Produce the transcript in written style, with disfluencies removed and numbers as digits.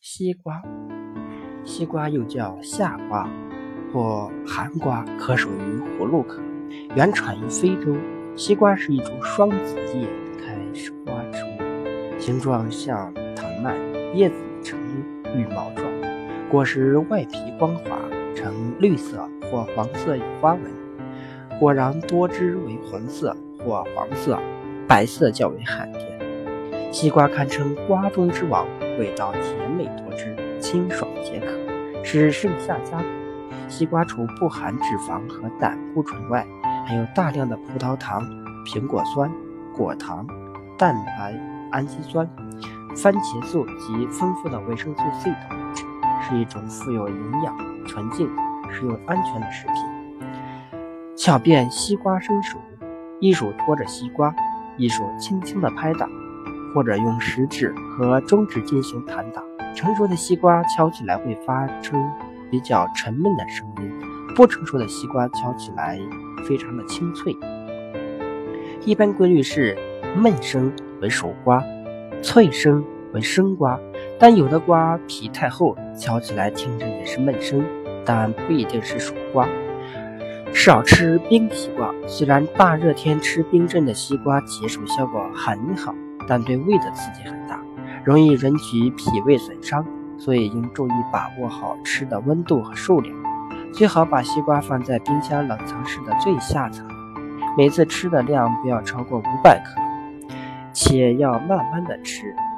西瓜，西瓜又叫夏瓜或寒瓜，可属于葫芦科，原产于非洲。西瓜是一种双子叶开花植物，形状像藤蔓，叶子呈羽毛状，果实外皮光滑，呈绿色或黄色有花纹，果瓤多汁为红色或黄色，白色较为罕见。西瓜堪称瓜中之王，味道甜美多汁，清爽解渴，是盛夏佳果。西瓜除不含脂肪和胆固醇外，还有大量的葡萄糖、苹果酸、果糖、蛋白氨基酸、番茄素及丰富的维生素 C 等物质，是一种富有营养、纯净、食用安全的食品。巧辨西瓜生熟，一手托着西瓜，一手轻轻地拍打，或者用食指和中指进行弹打。成熟的西瓜敲起来会发出比较沉闷的声音，不成熟的西瓜敲起来非常的清脆。一般规律是闷声为熟瓜，脆声为生瓜，但有的瓜皮太厚，敲起来听着也是闷声，但不一定是熟瓜。少吃冰西瓜，虽然大热天吃冰镇的西瓜解暑效果很好，但对胃的刺激很大，容易引起脾胃损伤，所以应注意把握好吃的温度和数量。最好把西瓜放在冰箱冷藏室的最下层，每次吃的量不要超过500克，且要慢慢的吃，